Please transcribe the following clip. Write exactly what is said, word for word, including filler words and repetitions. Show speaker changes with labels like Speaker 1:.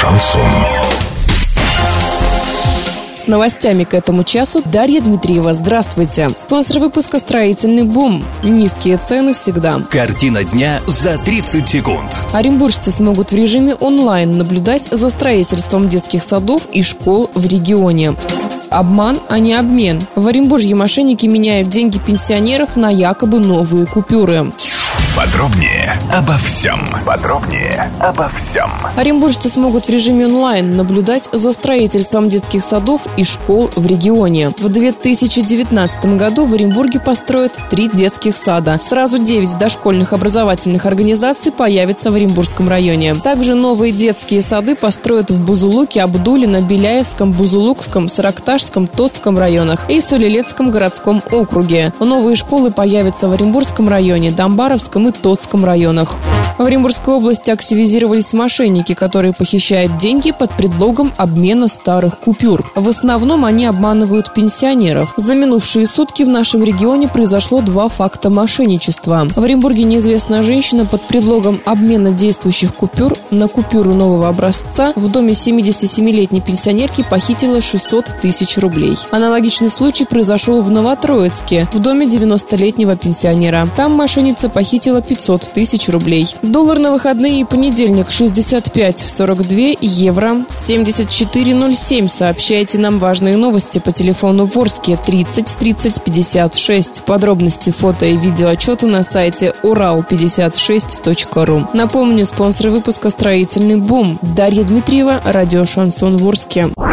Speaker 1: Шансон.
Speaker 2: С новостями к этому часу Дарья Дмитриева. Здравствуйте. Спонсор выпуска «Строительный бум». Низкие цены всегда.
Speaker 3: Картина дня за тридцать секунд.
Speaker 2: Оренбуржцы смогут в режиме онлайн наблюдать за строительством детских садов и школ в регионе. Обман, а не обмен. В Оренбурге мошенники меняют деньги пенсионеров на якобы новые купюры.
Speaker 1: Подробнее обо всем. Подробнее обо всем.
Speaker 2: Оренбуржцы смогут в режиме онлайн наблюдать за строительством детских садов и школ в регионе. В две тысячи девятнадцатом году в Оренбурге построят три детских сада. Сразу девять дошкольных образовательных организаций появятся в Оренбургском районе. Также новые детские сады построят в Бузулуке, Абдулино, Беляевском, Бузулукском, Саракташском, Тотском районах и Солилецком городском округе. Новые школы появятся в Оренбургском районе, Домбаровском и Тотском районах. В Оренбургской области активизировались мошенники, которые похищают деньги под предлогом обмена старых купюр. В основном они обманывают пенсионеров. За минувшие сутки в нашем регионе произошло два факта мошенничества. В Оренбурге неизвестная женщина под предлогом обмена действующих купюр на купюру нового образца в доме семидесятисемилетней пенсионерки похитила шестьсот тысяч рублей. Аналогичный случай произошел в Новотроицке, в доме девяностолетнего пенсионера. Там мошенница похитила пятьсот тысяч рублей. Доллар на выходные и понедельник шестьдесят пять сорок два, евро семьдесят четыре ноль семь. Сообщайте нам важные новости по телефону Ворске тридцать тридцать пятьдесят шесть. Подробности, фото и видеоотчеты на сайте урал пятьдесят шесть точка ру. Напомню, спонсор выпуска «Строительный бум». Дарья Дмитриева, радио «Шансон» в Ворске.